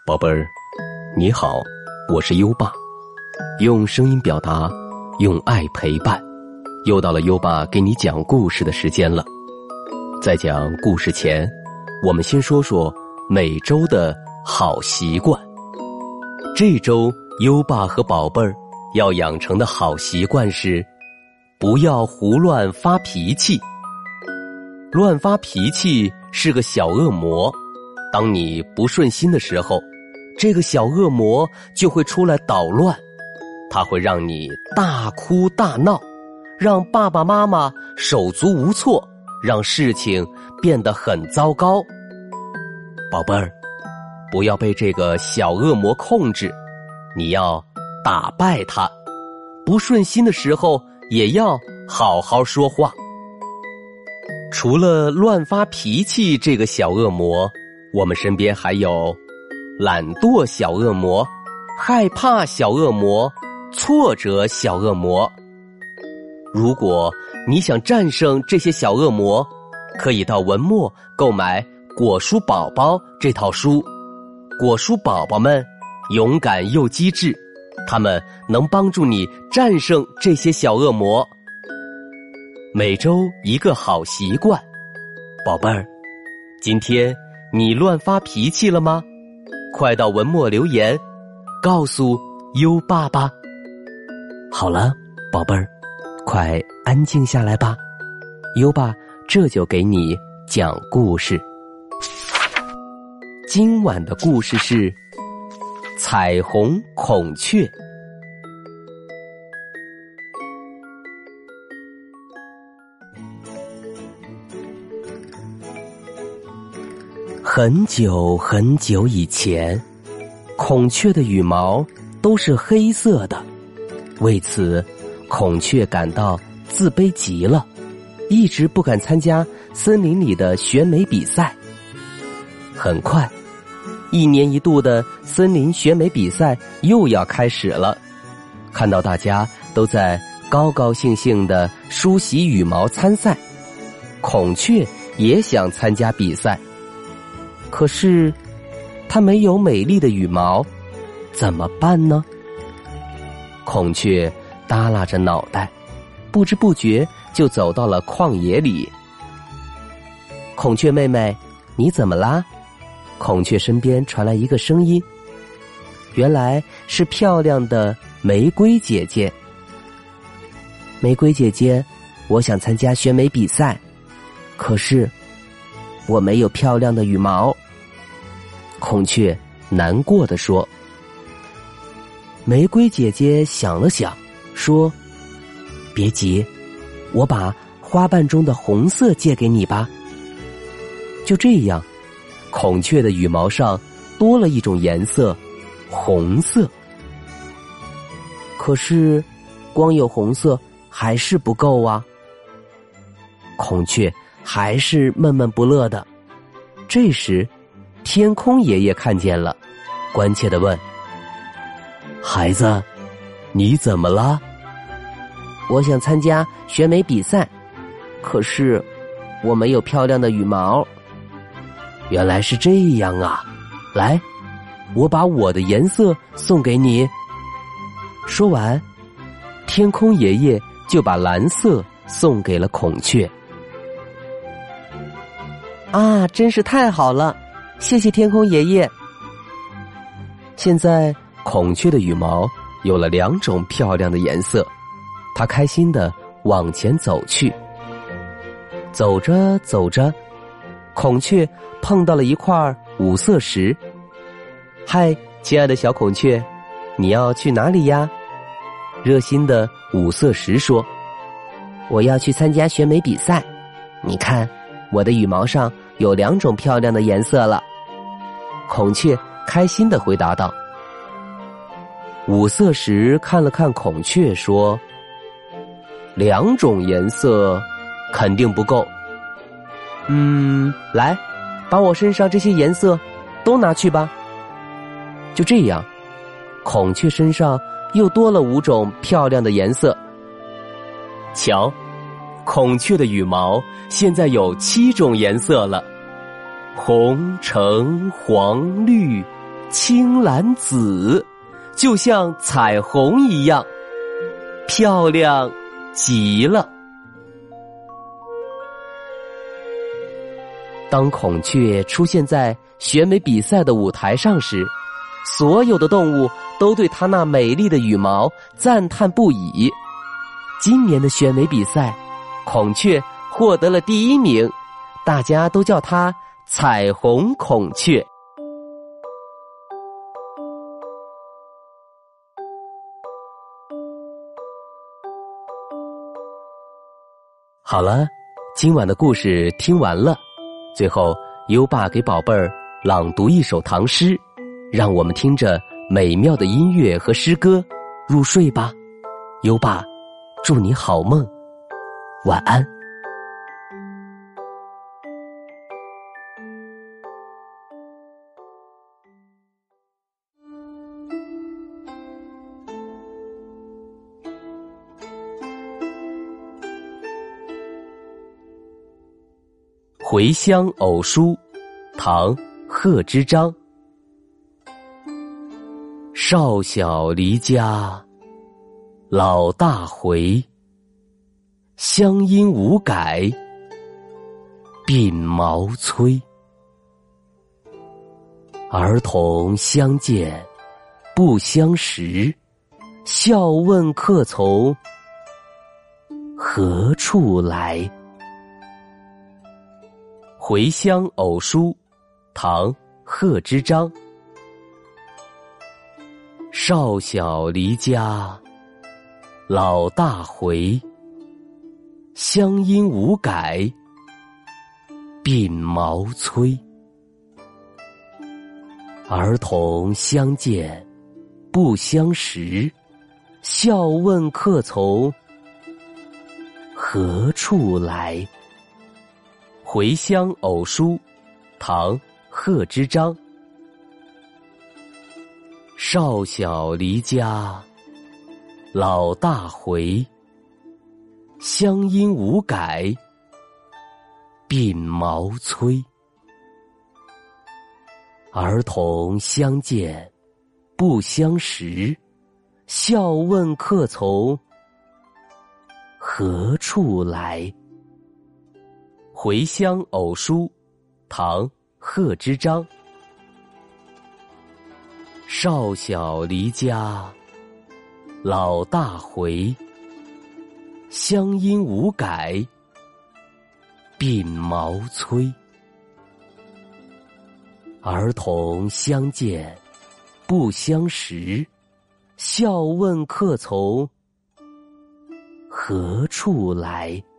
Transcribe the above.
宝贝儿，你好，我是优爸，用声音表达，用爱陪伴。又到了优爸给你讲故事的时间了。在讲故事前，我们先说说每周的好习惯。这周优爸和宝贝儿要养成的好习惯是，不要胡乱发脾气。乱发脾气是个小恶魔，当你不顺心的时候，这个小恶魔就会出来捣乱，它会让你大哭大闹，让爸爸妈妈手足无措，让事情变得很糟糕。宝贝儿，不要被这个小恶魔控制，你要打败他。不顺心的时候也要好好说话。除了乱发脾气这个小恶魔，我们身边还有懒惰小恶魔、害怕小恶魔、挫折小恶魔。如果你想战胜这些小恶魔，可以到文末购买《果蔬宝宝》这套书。果蔬宝宝们勇敢又机智，他们能帮助你战胜这些小恶魔。每周一个好习惯。宝贝儿，今天你乱发脾气了吗？快到文末留言，告诉优爸吧。好了，宝贝儿，快安静下来吧，优爸这就给你讲故事。今晚的故事是彩虹孔雀。很久很久以前，孔雀的羽毛都是黑色的，为此孔雀感到自卑极了，一直不敢参加森林里的选美比赛。很快，一年一度的森林选美比赛又要开始了。看到大家都在高高兴兴地梳洗羽毛参赛，孔雀也想参加比赛。可是它没有美丽的羽毛，怎么办呢？孔雀耷拉着脑袋，不知不觉就走到了旷野里。孔雀妹妹，你怎么啦？孔雀身边传来一个声音，原来是漂亮的玫瑰姐姐。玫瑰姐姐，我想参加选美比赛，可是我没有漂亮的羽毛。孔雀难过地说。玫瑰姐姐想了想，说：别急，我把花瓣中的红色借给你吧。就这样，孔雀的羽毛上多了一种颜色，红色。可是光有红色还是不够啊。孔雀还是闷闷不乐的。这时天空爷爷看见了，关切地问：孩子，你怎么了？我想参加选美比赛，可是我没有漂亮的羽毛。原来是这样啊，来，我把我的颜色送给你。说完，天空爷爷就把蓝色送给了孔雀。啊，真是太好了，谢谢天空爷爷。现在孔雀的羽毛有了2种漂亮的颜色，它开心地往前走去。走着走着，孔雀碰到了一块五色石。嗨，亲爱的小孔雀，你要去哪里呀？热心的五色石说：我要去参加选美比赛，你看，我的羽毛上有2种漂亮的颜色了。孔雀开心地回答道。五色石看了看孔雀说：2种颜色肯定不够。来，把我身上这些颜色都拿去吧。就这样，孔雀身上又多了5种漂亮的颜色。瞧，孔雀的羽毛现在有7种颜色了：红、橙、黄、绿、 青蓝紫，就像彩虹一样，漂亮极了。当孔雀出现在选美比赛的舞台上时，所有的动物都对它那美丽的羽毛赞叹不已。今年的选美比赛，孔雀获得了第1名，大家都叫它彩虹孔雀。好了，今晚的故事听完了。最后，优爸给宝贝儿朗读一首唐诗，让我们听着美妙的音乐和诗歌入睡吧。优爸，祝你好梦，晚安。回乡偶书，唐·贺知章。少小离家老大回，乡音无改鬓毛衰。儿童相见不相识，笑问客从何处来。回乡偶书，唐·贺知章。少小离家老大回，乡音无改鬓毛衰。儿童相见不相识，笑问客从何处来。回乡偶书，唐·贺知章。少小离家老大回，乡音无改鬓毛衰。儿童相见不相识，笑问客从何处来。回乡偶书，唐·贺知章。少小离家老大回，乡音无改鬓毛衰。儿童相见不相识，笑问客从何处来。